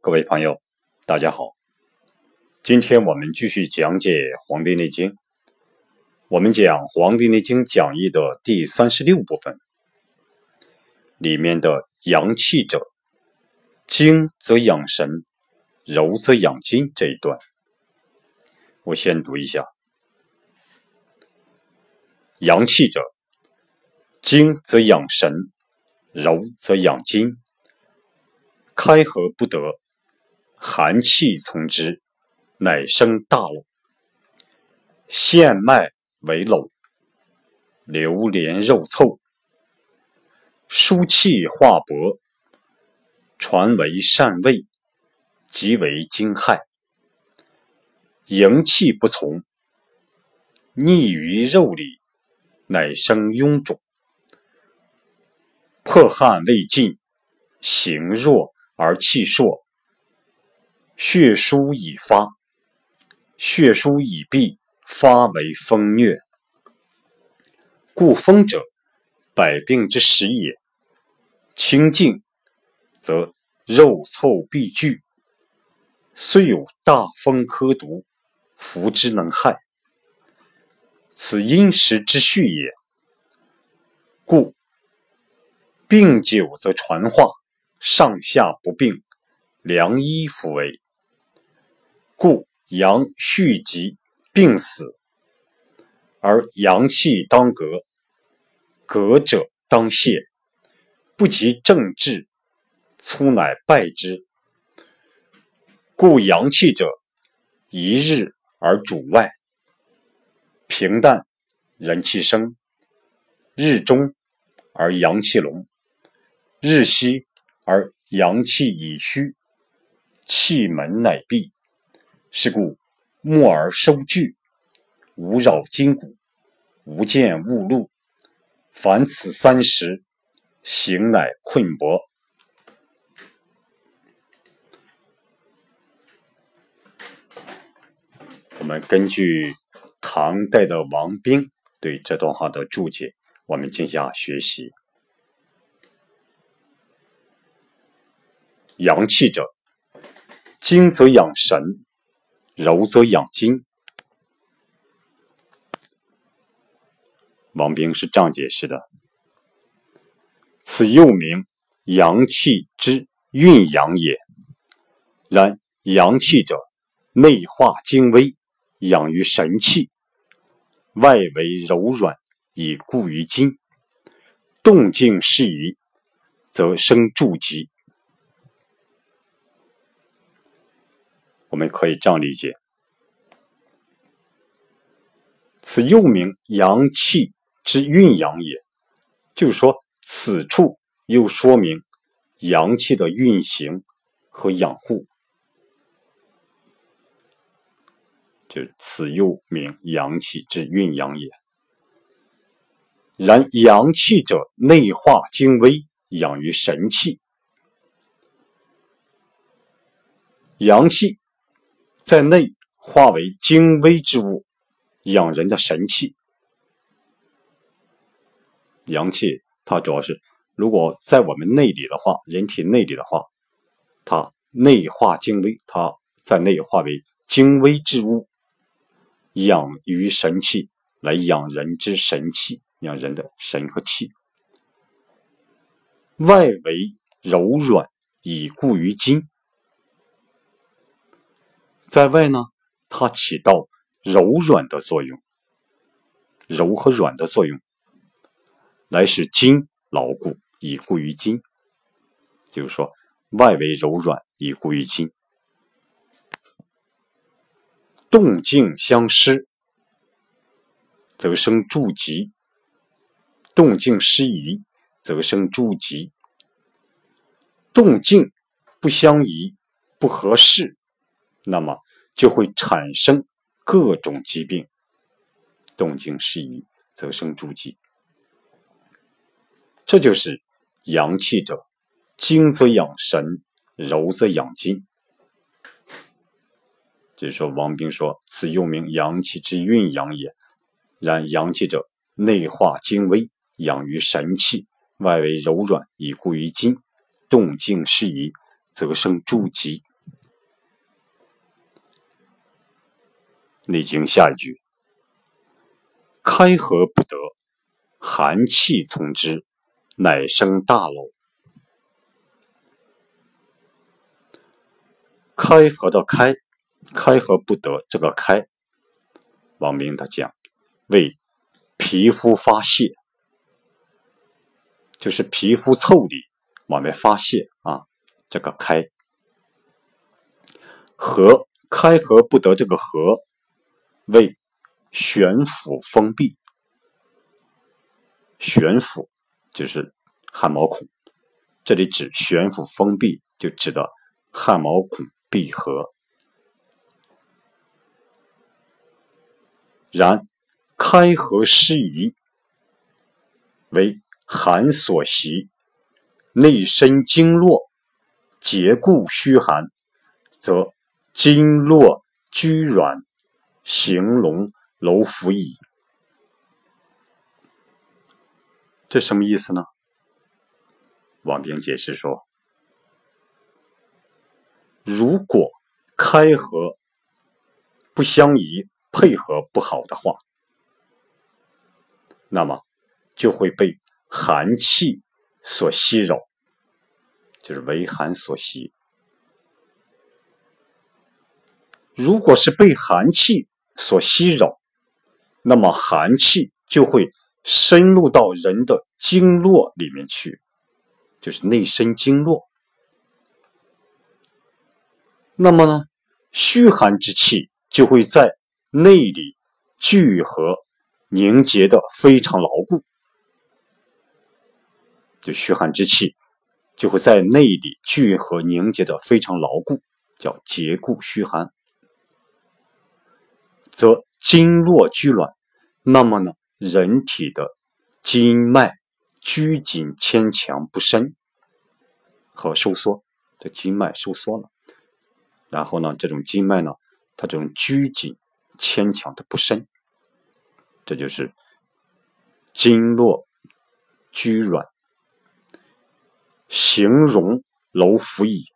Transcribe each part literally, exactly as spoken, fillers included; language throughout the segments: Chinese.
各位朋友，大家好。今天我们继续讲解《黄帝内经》，我们讲《黄帝内经》讲义的第三十六部分，里面的阳气者，精则养神，柔则养筋这一段，我先读一下。阳气者，精则养神，柔则养筋，开合不得，寒气从之，乃生大漏。陷脉为瘻，流连肉凑，输气化薄，传为善味，即为惊骇。营气不从，逆于肉里，乃生臃肿。迫汗未尽，形弱而气硕，血输已发，血输已闭，发为风疟。故风者，百病之始也。清静，则肉凑必聚，虽有大风科毒，服之能害。此阴时之序也。故病久则传化，上下不并，良医弗为。故阳蓄疾病死，而阳气当革，革者当泻，不及正治，粗乃败之。故阳气者，一日而主外，平淡人气生，日中而阳气隆，日息而阳气已虚，气门乃闭。是故默而收聚，无扰筋骨，无见物露。凡此三时，形乃困薄。我们根据唐代的王冰对这段话的注解，我们进行学习。阳气者，精则养神，柔则养筋。王冰是这样解释的：此又名阳气之运养也。然阳气者，内化精微，养于神气，外为柔软，以固于筋。动静适宜，则生助疾。我们可以这样理解：此又名阳气之运养也，就是说此处又说明阳气的运行和养护，就是此又名阳气之运养也。然阳气者，内化精微，养于神气。阳气在内化为精微之物，养人的神气。阳气它主要是，如果在我们内里的话，人体内里的话，它内化精微，它在内化为精微之物，养于神气，来养人之神气，养人的神和气。外为柔软，以固于筋。在外呢，它起到柔软的作用，柔和软的作用，来使筋牢固，以固于筋。就是说，外为柔软，以固于筋。动静相失，则生助疾；动静失宜，则生助疾。动静不相宜，不合适，那么就会产生各种疾病。动静失宜，则生助疾。这就是阳气者，精则养神，柔则养筋。就是说，王冰说，此又名阳气之运养也。然阳气者，内化精微，养于神气，外为柔软，以固于筋。动静适宜，则生助疾， 内经下一句，开合不得，寒气从之，乃生大瘻。开合的开，开合不得，这个开，王明他讲为皮肤发泄，就是皮肤腠理往外发泄啊，这个开。合，开合不得，这个合为悬浮封闭，悬浮就是汗毛孔，这里指悬浮封闭，就指的汗毛孔闭合。然开合失宜，为寒所袭，内身经络结固虚寒，则经络拘软，形龙楼伏矣。这什么意思呢？王冰解释说，如果开合不相宜，配合不好的话，那么就会被寒气所袭扰，就是为寒所袭。如果是被寒气所袭扰，那么寒气就会深入到人的经络里面去，就是内身经络。那么呢，虚寒之气就会在内里聚合凝结的非常牢固，就虚寒之气就会在内里聚合凝结的非常牢固，叫结固虚寒，则经络拘挛，那么呢，人体的经脉拘紧牵强不伸和收缩，这经脉收缩了，然后呢，这种经脉呢，它这种拘紧牵强的不伸，这就是经络拘挛，形容楼伏矣。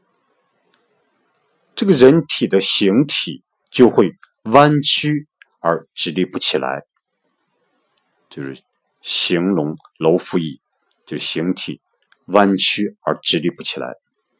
这个人体的形体就会弯曲而直立不起来，就是形容楼伏矣，就是形体弯曲而直立不起来。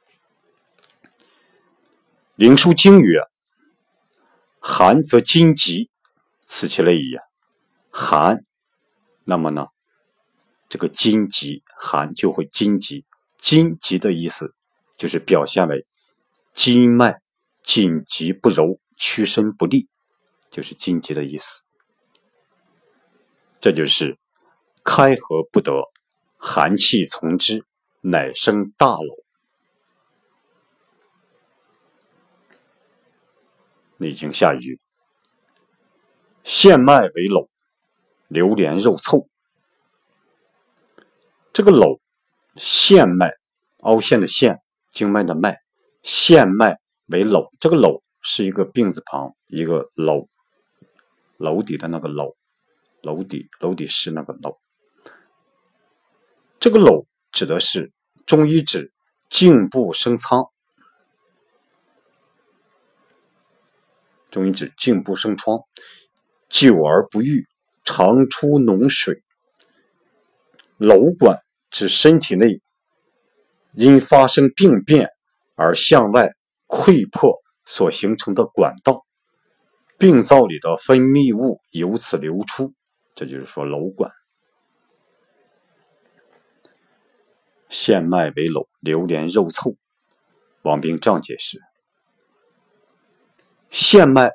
灵枢经曰，寒则筋急，此其类也。寒，那么呢，这个筋急，寒就会筋急。筋急的意思就是表现为筋脉紧急不柔，屈伸不利，就是筋急的意思。这就是开合不得，寒气从之，乃生大瘻。内经下一句，陷脉为瘻，流连肉凑。这个瘻，陷脉，凹陷的陷，经脉的脉，陷脉为瘻，这个瘻是一个病字旁，一个楼，楼底的那个楼，楼底，楼底是那个楼。这个瘻指的是中医指颈部生疮，中医指颈部生疮，久而不愈，常出脓水。瘻管指身体内因发生病变而向外溃破所形成的管道，病灶里的分泌物由此流出，这就是说瘻管。陷脉为瘻，流连肉凑。王冰这样解释，陷脉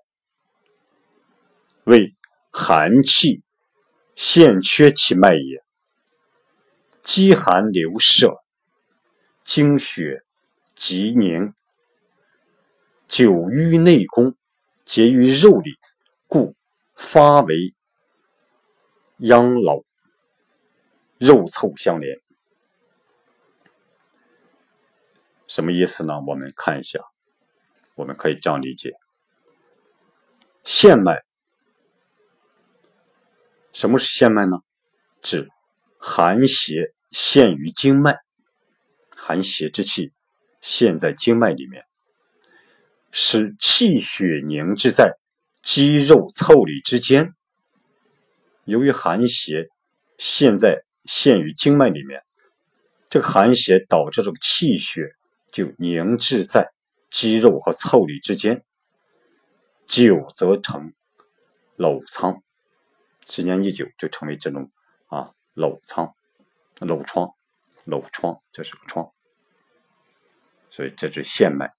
为寒气陷缺其脉也，积寒流摄，经血急凝，久于内宫，结于肉里，故发为秧瘻，肉凑相连。什么意思呢？我们看一下，我们可以这样理解，陷脉，什么是陷脉呢？指寒邪陷于经脉，寒邪之气陷在经脉里面，使气血凝滞在肌肉腠理之间，由于寒邪现在陷于经脉里面，这个寒邪导致这个气血就凝滞在肌肉和腠理之间，久则成瘻疮，时间一久就成为这种啊瘻疮、瘻疮、瘻疮，这是个疮，所以这是陷脉。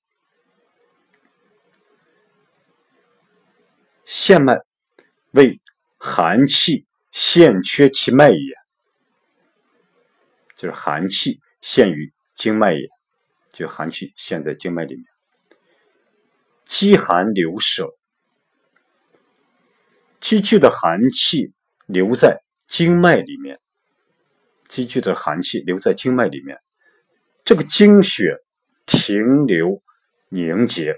陷脉为寒气陷缺其脉也，就是寒气陷于经脉也，就寒气陷在经脉里面。积寒流舍，积聚的寒气留在经脉里面，积聚的寒气留在经脉里面，这个经血停留凝结，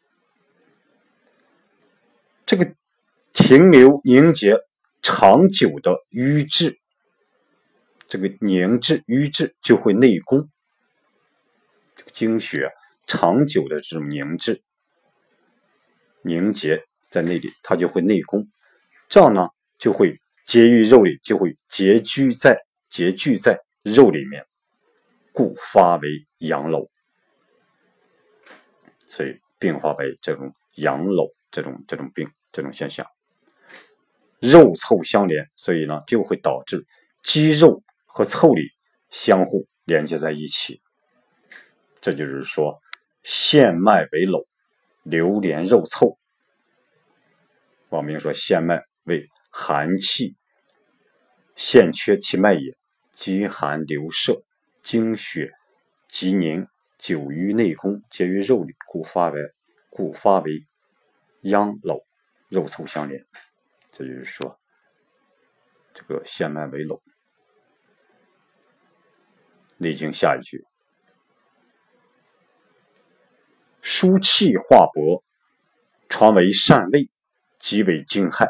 这个停留凝结长久的瘀滞，这个凝滞瘀滞就会内攻，这个经血长久的这种凝滞凝结在那里，它就会内攻，这样呢就会结于肉里，就会结聚在结聚在肉里面，故发为阳瘻，所以并发为这种阳瘻这种这种病这种现象。肉腠相连，所以呢就会导致肌肉和腠理相互连接在一起，这就是说陷脉为瘻，流连肉腠。王明说陷脉为寒气陷缺其脉也，积寒流舍，经血积凝，久于内攻，结于肉里，故发为故发为阳瘻，肉腠相连。这就是说这个陷脉为瘻。内经下一句，疏气化薄，传为疝胃，即为惊骇。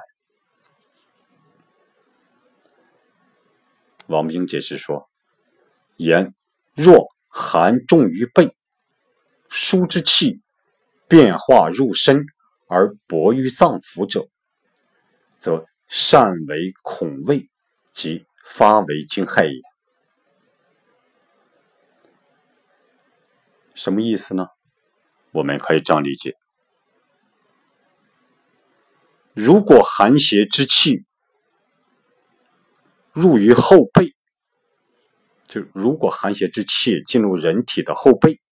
王冰解释说，言若寒重于背，疏之气变化入身而薄于脏腑者，则疝为恐胃，即发为惊骇也。什么意思呢？我们可以这样理解，如果寒邪之气入于后背，就如果寒邪之气进入人体的后背，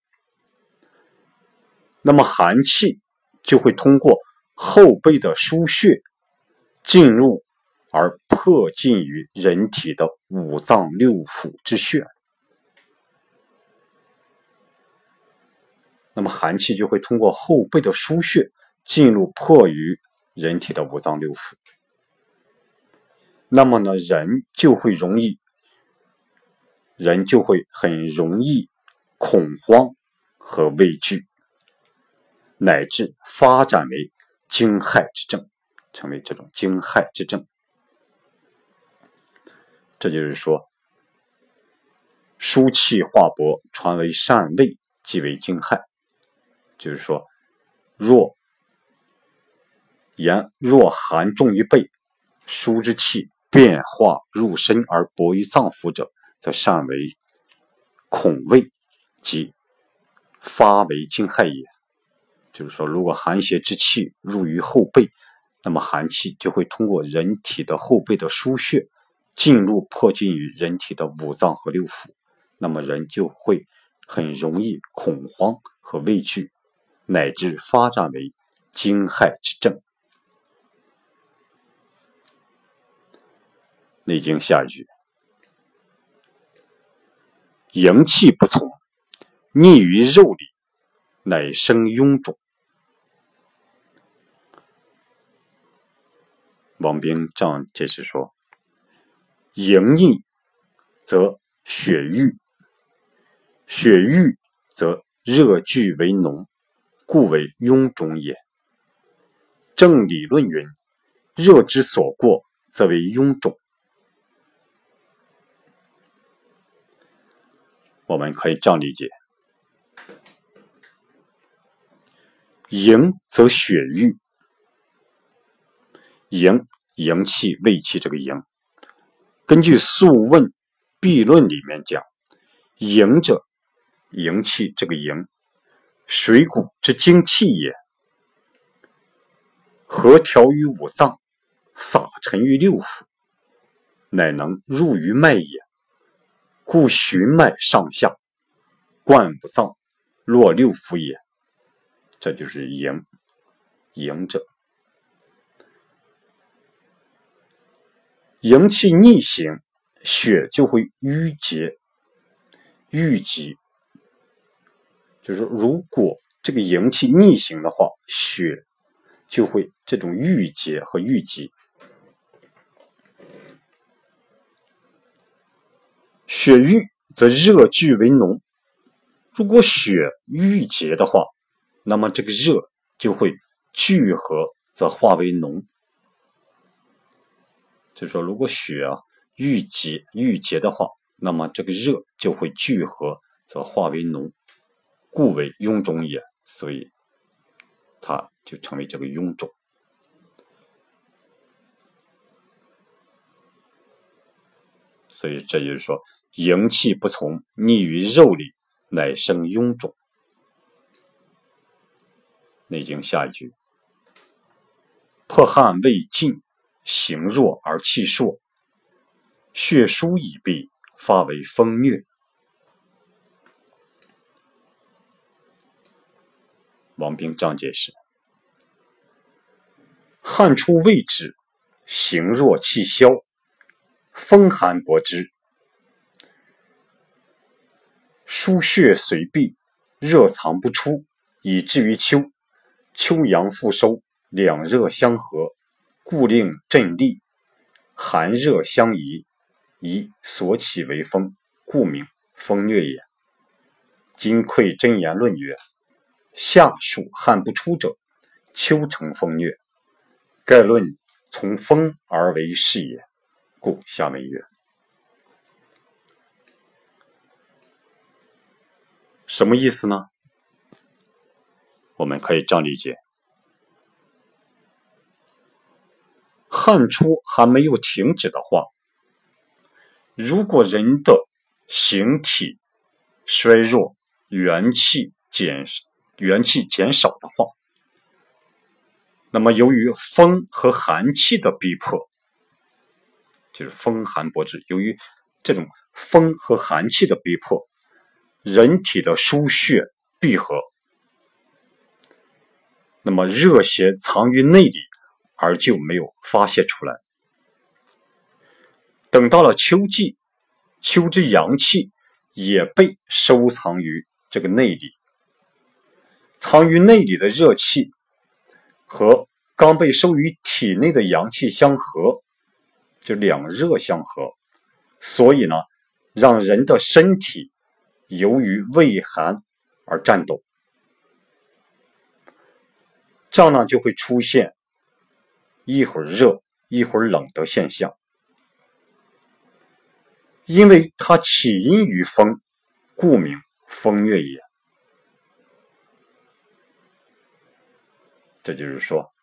那么寒气就会通过后背的腧穴进入而迫近于人体的五脏六腑之穴，那么寒气就会通过后背的腧穴进入迫于人体的五脏六腑，那么呢人就会容易人就会很容易恐慌和畏惧，乃至发展为惊骇之症，成为这种惊骇之症。这就是说疏气化薄，传为疝胃，即为惊骇。就是说若言若寒重于背，疏之气变化入身而薄于脏腑者，则疝为恐胃，即发为惊骇也。就是说如果寒邪之气入于后背，那么寒气就会通过人体的后背的腧穴进入迫近于人体的五脏和六腑，那么人就会很容易恐慌和畏惧，乃至发展为惊骇之症。内经下一句，营气不从，逆于肉里，乃生臃肿。王冰这样解释说，营逆则血郁，血郁则热聚为脓，故为臃肿也。正理论云，热之所过，则为臃肿。我们可以这样理解，营则血郁， 营，营气、胃气这个营。根据《素问弊论》里面讲，营者，营气这个营，水谷之精气也，合调于五脏，撒陈于六腑，乃能入于脉也。故循脉上下，贯五脏，络六腑也。这就是营，营者。营气逆行，血就会淤结、淤积。就是如果这个营气逆行的话，血就会这种郁结和淤积。血瘀则热聚为脓，如果血郁结的话，那么这个热就会聚合则化为脓。就是说，如果血啊郁结郁结的话，那么这个热就会聚合则化为脓，故为臃肿也。所以它就成为这个臃肿。所以这就是说，营气不从，逆于肉里，乃生臃肿。内经下一句：迫汗未尽，形弱而气硕，血疏已闭，发为风疟。王冰章解释：汗出未止，形弱气消，风寒搏之，输血随闭，热藏不出，以至于秋。秋阳复收，两热相合，故令震栗，寒热相宜，宜所起为风，故名风疟也。金匮真言论曰：夏暑汗不出者，秋成风疟。盖论从风而为是也。故下文曰。什么意思呢？我们可以这样理解：汗出还没有停止的话，如果人的形体衰弱，元气减元气减少的话，那么由于风和寒气的逼迫，就是风寒搏之，由于这种风和寒气的逼迫，人体的输血闭合，那么热邪藏于内里，而就没有发泄出来。等到了秋季，秋之阳气也被收藏于这个内里，藏于内里的热气和刚被收于体内的阳气相合，就两热相合，所以呢，让人的身体由于畏寒而颤抖，这样呢就会出现一会儿热一会儿冷的现象。因为它起因于风，故名风疟也。这就是说，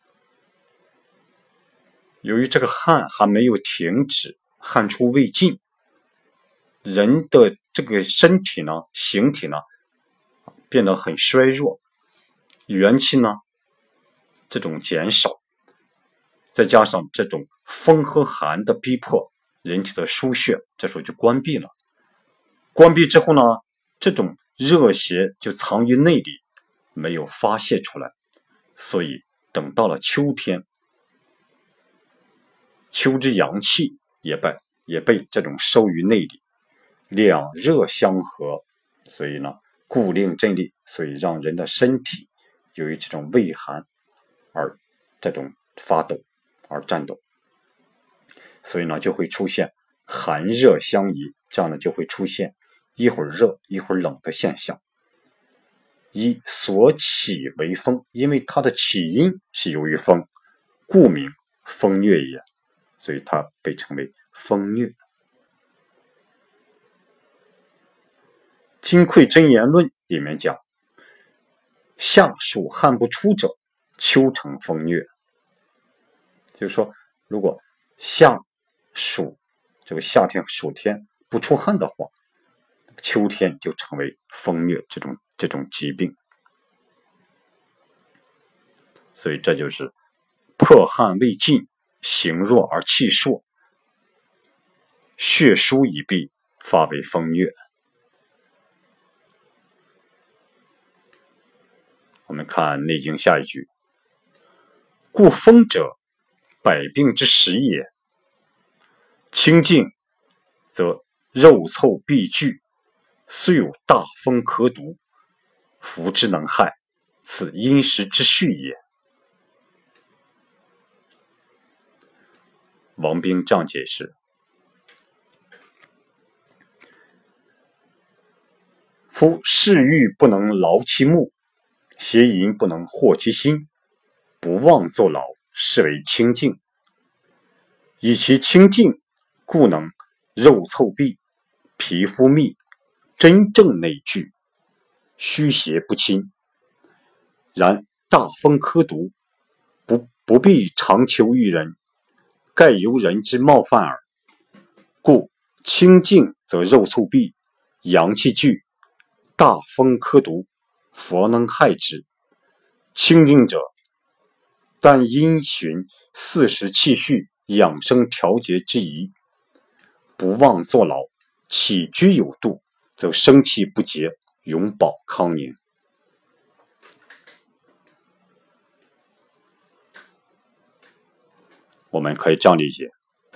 由于这个汗还没有停止，汗出未尽，人的这个身体呢，形体呢，变得很衰弱，元气呢，这种减少，再加上这种风和寒的逼迫，人体的输血这时候就关闭了。关闭之后呢，这种热邪就藏于内里，没有发泄出来。所以等到了秋天，秋之阳气也被也被这种收于内里，两热相合，所以呢，故令震栗，所以让人的身体由于这种畏寒而这种发抖而颤抖，所以呢就会出现寒热相宜，这样呢就会出现一会儿热一会儿冷的现象。以所起为风，因为它的起因是由于风，故名风疟也，所以它被称为风疟。金匮真言论里面讲，夏暑汗不出者，秋成风疟。 就是说，如果夏暑这个夏天暑天不出汗的话，秋天就成为风疟这种这种疾病。所以这就是迫汗未尽，形弱而气数，血疏已闭，发为风疟。我们看《内经》下一句：故风者，百病之始也。清静则肉凑必聚，虽有大风可毒，服之能害，此因时之序也。王冰这样解释：夫嗜欲不能劳其目，邪淫不能惑其心，不忘作劳，是为清静。以其清静，故能肉凑闭，皮肤密，真正内聚，虚邪不侵。然大风科毒，不不必长求于人，盖由人之冒犯耳。故清静则肉凑闭，阳气聚，大风科毒，佛能害之。清静者，但因循四时气序，养生调节之宜，不忘作劳，起居有度，则生气不竭，永保康宁。我们可以这样理解：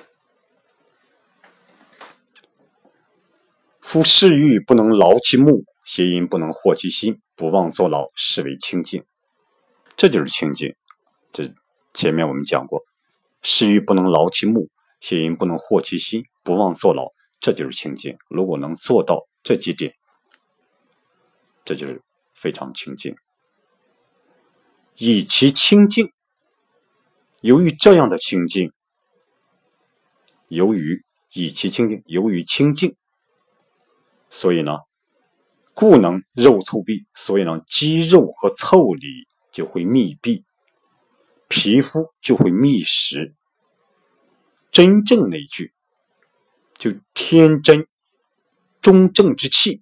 夫嗜欲不能劳其目，邪淫不能惑其心，不忘作劳，是为清静。这就是清静。这前面我们讲过，嗜欲不能劳其目，邪淫不能惑其心，不忘作劳，这就是清静。如果能做到这几点，这就是非常清静。以其清静，由于这样的清静，由于以其清静，由于清静，所以呢，故能肉凑闭，所以呢，肌肉和腠理就会密闭，皮肤就会密实，真正内聚，就天真中正之气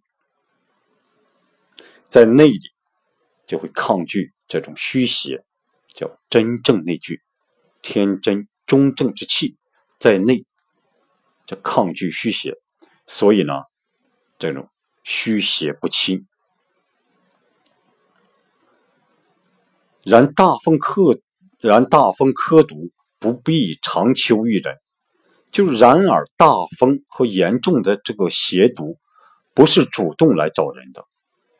在内里就会抗拒这种虚邪，叫真正内聚。天真中正之气在内，这抗拒虚邪，所以呢，这种虚邪不侵。然大风克然大风科毒，不必长求于人。就然而大风和严重的这个邪毒，不是主动来找人的，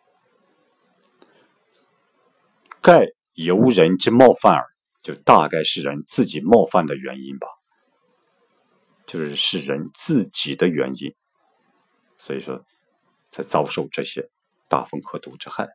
盖由人之冒犯耳，就大概是人自己冒犯的原因吧，就是是人自己的原因，所以说才遭受这些大风科毒之害。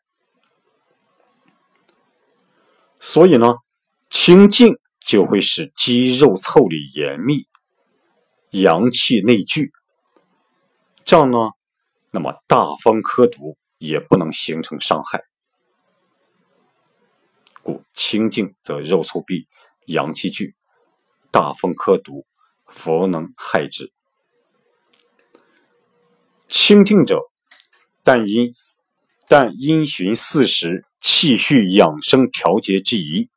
所以呢，清静就会使肌肉腠理严密，阳气内聚，这样呢，那么大风科毒也不能形成伤害。故清静则肉凑闭，阳气聚，大风科毒，佛能害之。清静者，但因但因循四时气序养生调节之宜。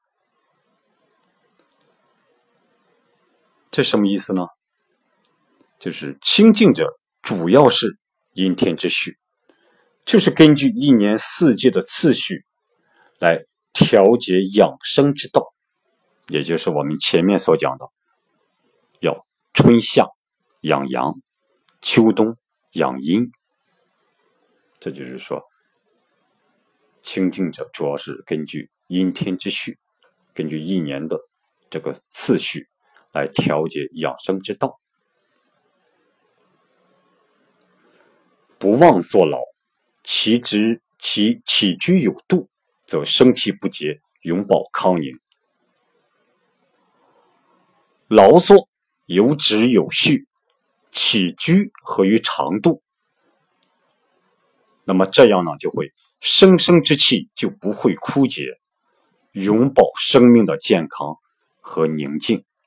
这什么意思呢？就是清静者主要是阴天之序，就是根据一年四季的次序来调节养生之道，也就是我们前面所讲的，要春夏养阳，秋冬养阴。这就是说，清静者主要是根据阴天之序，根据一年的这个次序来调节养生之道。不忘作劳，其职其起居有度，则生气不竭，永保康宁。劳作有止有序，起居合于长度，那么这样呢，就会生生之气就不会枯竭，永保生命的健康和宁静。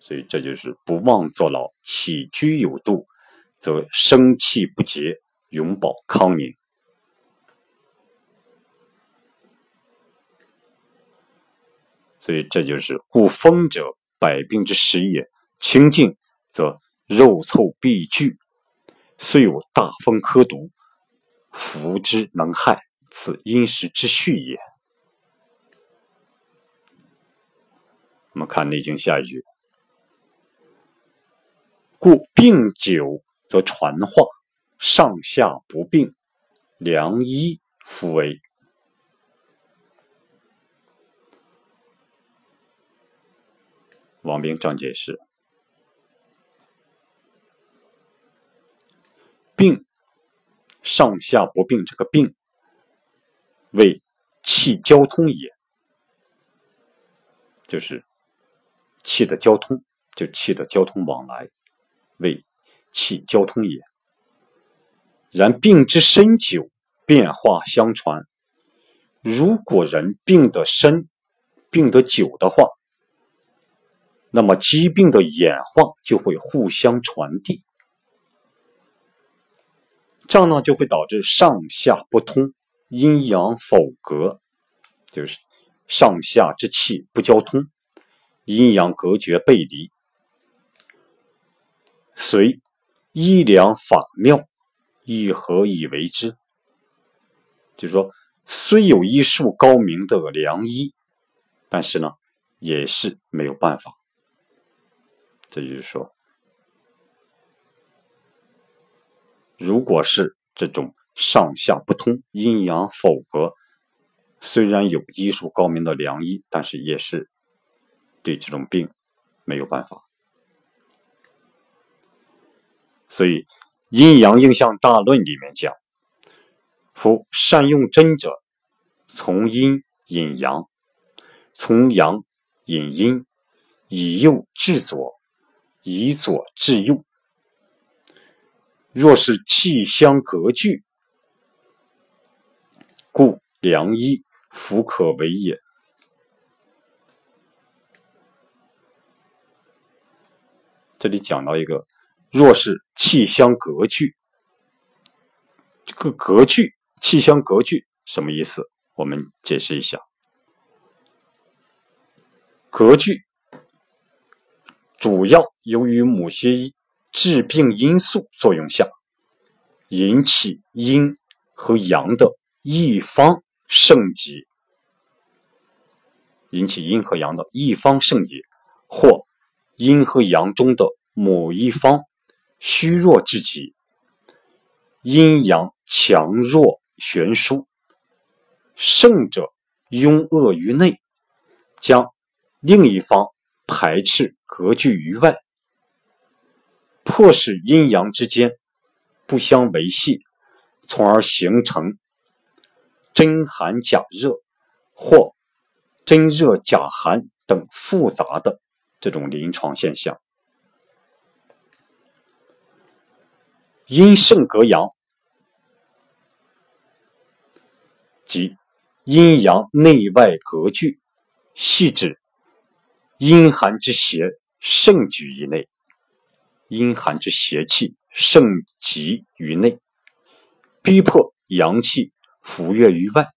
所以这就是不忘坐牢，起居有度，则生气不竭，永保康宁。所以这就是故风者，百病之始也。清静则肉臭必聚，虽有大风科毒，服之能害，此因时之序也。我们看《内经》下一句，故病久则传化，上下不并，良医夫为。王冰章解释，病上下不并，这个病为气交通也，就是气的交通，就气的交通往来，为气交通也。然病之深久，变化相传。如果人病得深，病得久的话，那么疾病的演化就会互相传递，这样呢就会导致上下不通，阴阳否隔，就是上下之气不交通，阴阳隔绝背离。虽医良法妙，亦何以为之？就是说，虽有医术高明的良医，但是呢，也是没有办法。这就是说，如果是这种上下不通、阴阳否隔，虽然有医术高明的良医，但是也是对这种病没有办法。所以《阴阳应象大论》里面讲，夫善用针者，从阴引阳，从阳引阴，以右治左，以左治右。若是气相隔拒，故良医弗可为也。这里讲到一个，若是气相隔拒，这个隔拒，气相隔拒什么意思？我们解释一下。隔拒主要由于某些致病因素作用下，引起阴和阳的一方盛极，引起阴和阳的一方盛极，或阴和阳中的某一方虚弱至极，阴阳强弱悬殊，盛者拥遏于内，将另一方排斥隔拒于外，迫使阴阳之间不相维系，从而形成真寒假热或真热假寒等复杂的这种临床现象。阴盛隔阳，即阴阳内外隔拒，系指阴寒之邪盛举于内，阴寒之邪气盛极于内，逼迫阳气浮越于外，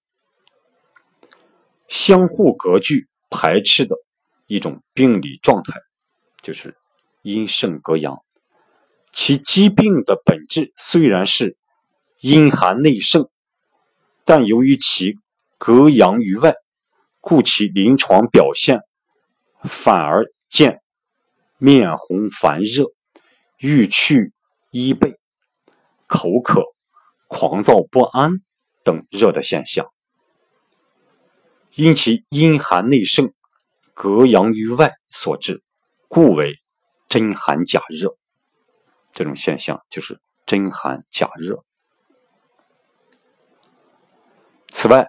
相互隔拒排斥的一种病理状态，就是阴盛隔阳。其疾病的本质虽然是阴寒内盛，但由于其隔阳于外，故其临床表现反而见面红烦热、欲去衣背、口渴、狂躁不安等热的现象。因其阴寒内盛、隔阳于外所致，故为真寒假热。这种现象就是真寒假热。此外，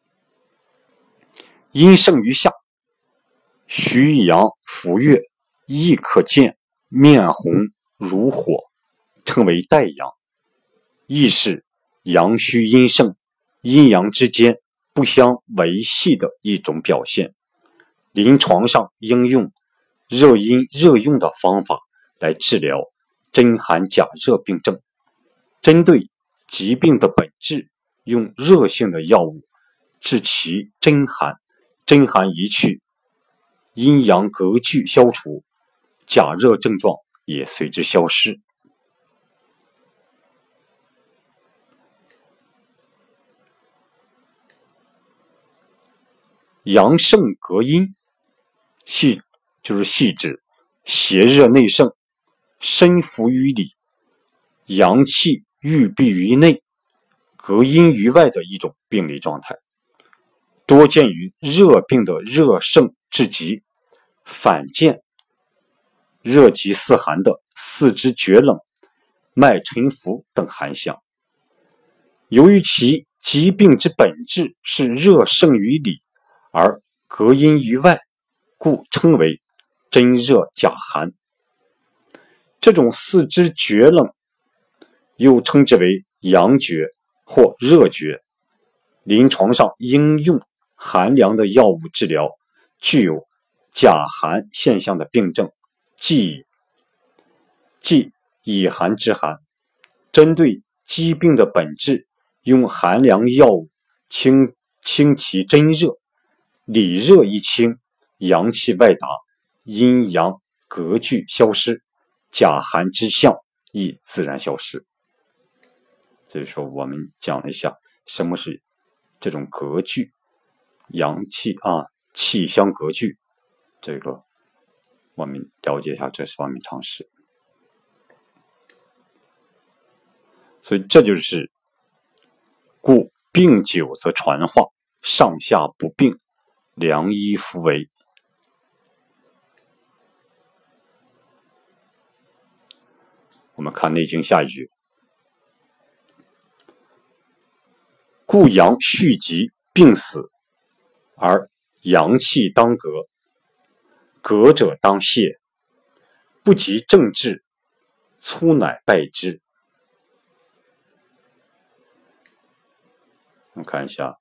阴盛于下，虚阳浮越，亦可见面红如火，称为带阳，亦是阳虚阴盛、阴阳之间不相维系的一种表现。临床上应用热阴热用的方法来治疗真寒假热病症，针对疾病的本质，用热性的药物治其真寒，真寒一去，阴阳隔拒消除，假热症状也随之消失。阳盛隔阴，系就是系指邪热内盛，身伏于里，阳气郁闭于内，隔阴于外的一种病理状态，多见于热病的热盛至极，反见热极似寒的四肢厥冷、脉沉浮等寒象。由于其疾病之本质是热盛于里而隔阴于外，故称为真热假寒。这种四肢厥冷又称之为阳厥或热厥，临床上应用寒凉的药物治疗具有假寒现象的病症，即即以寒治寒，针对疾病的本质，用寒凉药物清清其真热，里热一清，阳气外达，阴阳隔拒消失，假寒之象亦自然消失。所以说我们讲了一下什么是这种隔拒，阳气啊气相隔拒，这个我们了解一下这方面常识。所以这就是故病久则传化，上下不并，良医弗为。我们看《内经》下一句，故阳蓄疾病死，而阳气当隔，隔者当泻，不及正治，粗乃败之。我们看一下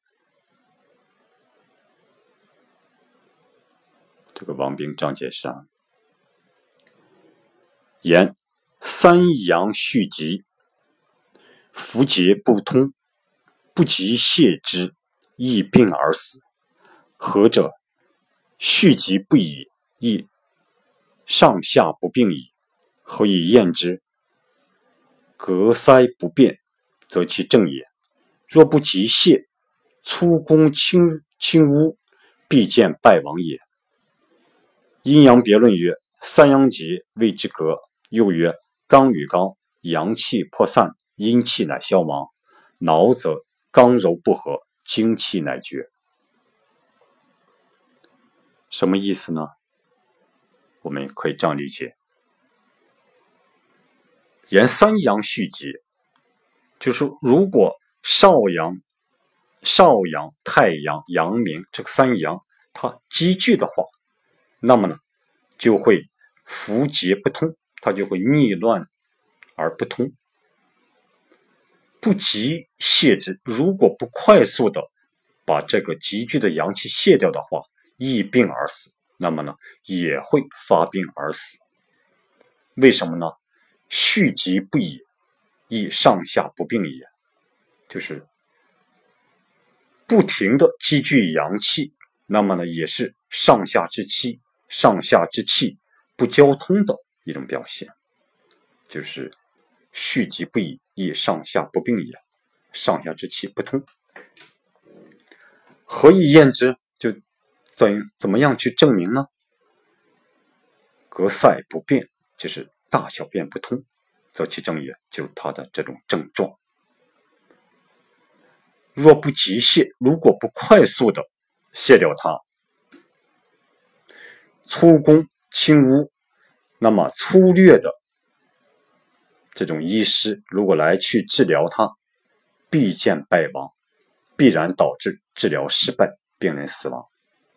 这个王冰章解释啊，言三阳蓄疾，符节不通，不及泻之，易病而死。何者？蓄疾不已，亦上下不并矣。何以验之？隔塞不变，则其正也。若不及泻，粗攻轻轻污，必见败亡也。阴阳别论曰：三阳节，谓之隔。又曰：刚与刚，阳气破散，阴气乃消亡。挠则刚柔不和，精气乃绝。什么意思呢？我们可以这样理解：言三阳蓄疾，就是如果少阳、少阳、太阳、阳明这三阳它积聚的话，那么呢，就会符节不通，它就会逆乱而不通。不及泻之，如果不快速的把这个积聚的阳气泻掉的话，易病而死，那么呢，也会发病而死。为什么呢？蓄疾不已，亦上下不并也。就是不停的积聚阳气，那么呢，也是上下之气、上下之气不交通的一种表现，就是蓄疾不已，亦上下不并也，上下之气不通。何以验之？就怎怎么样去证明呢？隔塞不变，就是大小便不通，则其正也，就是它的这种症状。若不急泻，如果不快速的泻掉它，粗攻轻污，那么粗略的这种医师如果来去治疗它，必见败亡，必然导致治疗失败，病人死亡。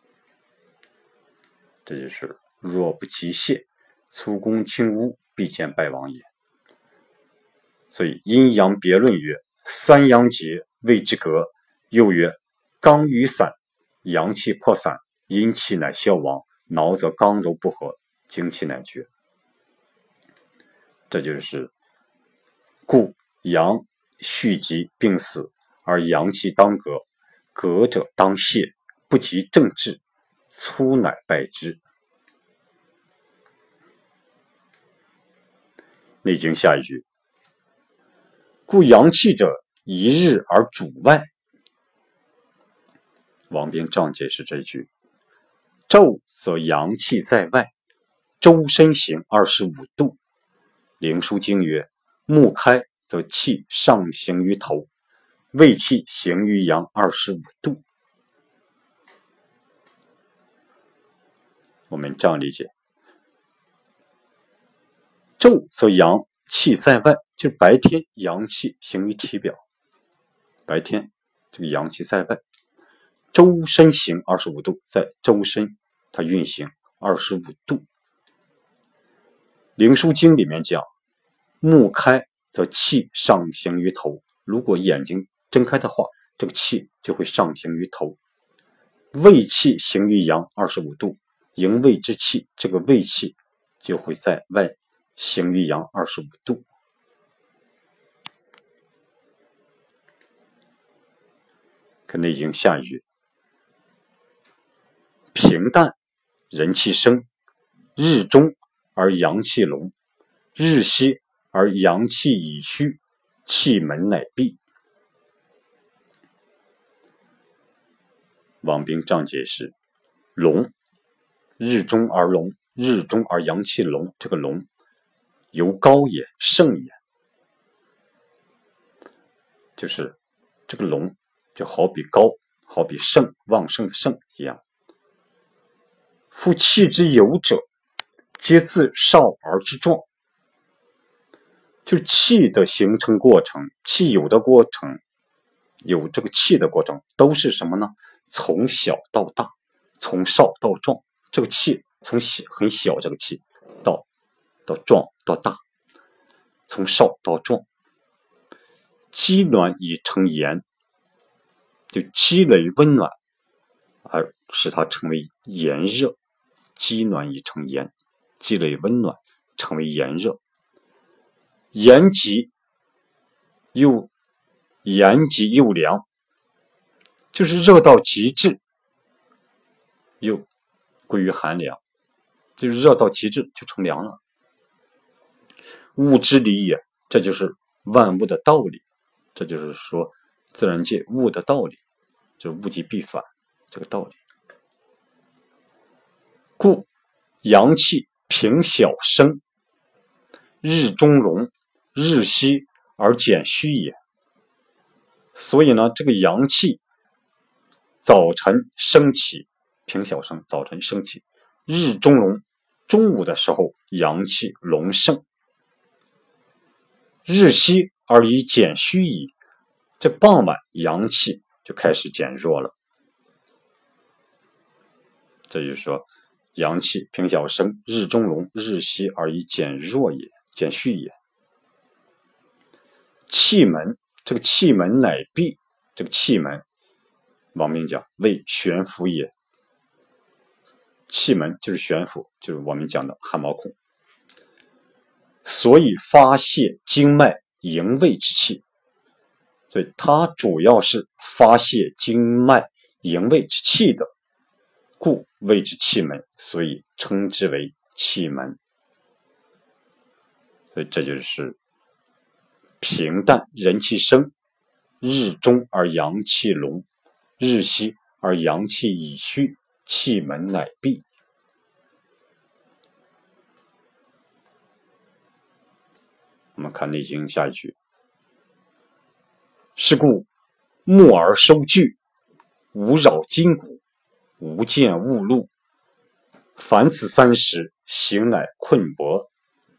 这就是若不急泻，粗攻轻污，必见败亡也。所以阴阳别论曰：三阳节，谓之隔。又曰：刚与散，阳气破散，阴气乃消亡。挠则刚柔不和， 精气乃绝。这就是故阳蓄积病死，而阳气当革，革者当泄，不及正治，粗乃败之。内经下一句，故阳气者，一日而主外。王宾丈解释这句，昼则阳气在外，周身行二十五度。灵枢经曰，目开则气上行于头，胃气行于阳二十五度。我们这样理解，昼则阳气在外，就是白天阳气行于体表，白天这个阳气在外，周身行二十五度，在周身它运行二十五度。灵枢经里面讲，目开则气上行于头，如果眼睛睁开的话，这个气就会上行于头。胃气行于阳二十五度，营卫之气，这个胃气就会在外行于阳二十五度。看内经下一句，平淡人气生，日中而阳气隆，日息而阳气已虚，气门乃闭。王宾丈解释，隆，日中而隆，日中而阳气隆，这个隆由高也，盛也，就是这个隆就好比高，好比盛，旺盛的盛一样。夫气之有者，皆自少而之壮，就是气的形成过程，气有的过程，有这个气的过程，都是什么呢？从小到大，从少到壮，这个气从小很小，这个气到到壮到大，从少到壮，积暖以成炎，就积累温暖而使它成为炎热，积暖以成炎，积累温暖成为炎热，炎极又炎极又凉，就是热到极致又归于寒凉，就是热到极致就成凉了。物之理也，这就是万物的道理，这就是说自然界物的道理，就是物极必反这个道理。故阳气平小生，日中隆，日息而减虚也。所以呢，这个阳气早晨升起，平小生，早晨升起，日中隆，中午的时候阳气隆盛，日息而以减虚矣，这傍晚阳气就开始减弱了。这就是说，阳气平小生，日中隆，日息而以减弱也，减虚也。气门，这个气门乃闭，这个气门王明讲为悬浮也，气门就是悬浮，就是我们讲的汗毛孔，所以发泄经脉营卫之气，所以它主要是发泄经脉营卫之气的，故谓之气门，所以称之为气门。所以这就是平淡人气生，日中而阳气隆，日息而阳气已虚，气门乃闭。我们看内经下一句，是故目而收聚，无扰筋骨，无见物露，凡此三时，形乃困薄。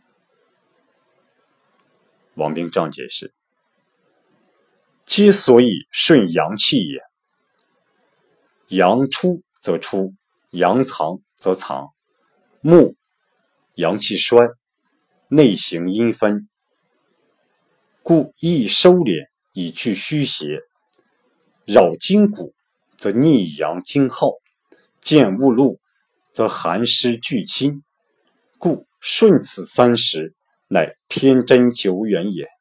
王宾丈解释，皆所以顺阳气也。阳出则出，阳藏则藏。目阳气衰，内行阴分，故易收敛以去虚邪。扰筋骨则逆阳精耗，见物露则寒湿聚侵， 顺此三时，乃天真久远也。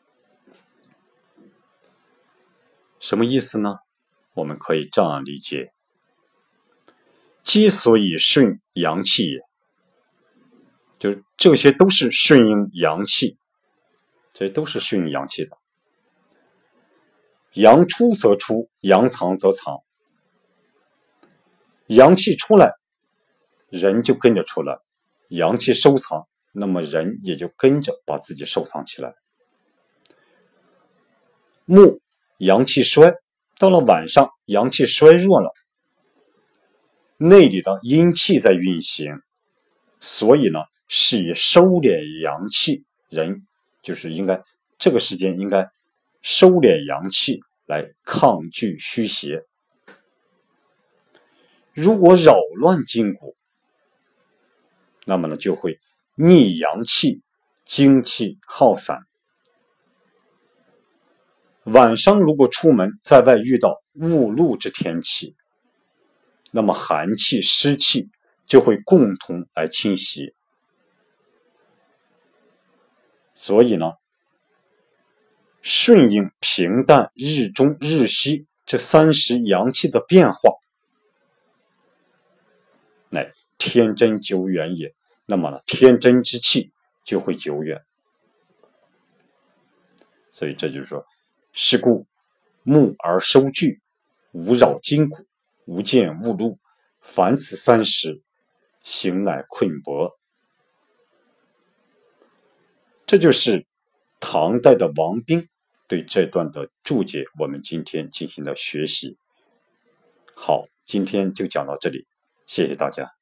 什么意思呢？我们可以这样理解：皆所以顺阳气也，就这些都是顺应阳气，这都是顺应阳气的。阳出则出，阳藏则藏，阳气出来，人就跟着出来；阳气收藏，那么人也就跟着把自己收藏起来。木阳气衰，到了晚上阳气衰弱了，内里的阴气在运行，所以呢是以收敛阳气，人就是应该这个时间应该收敛阳气来抗拒虚邪。如果扰乱筋骨，那么呢就会逆阳气，精气耗散。晚上如果出门在外遇到雾露之天气，那么寒气湿气就会共同来侵袭。所以呢顺应平淡日中日西这三时阳气的变化，乃天真久远也。那么呢天真之气就会久远。所以这就是说，是故木而收聚，无扰筋骨，无见雾露，凡此三时，形乃困薄。这就是唐代的王冰对这段的注解，我们今天进行了学习。好，今天就讲到这里，谢谢大家。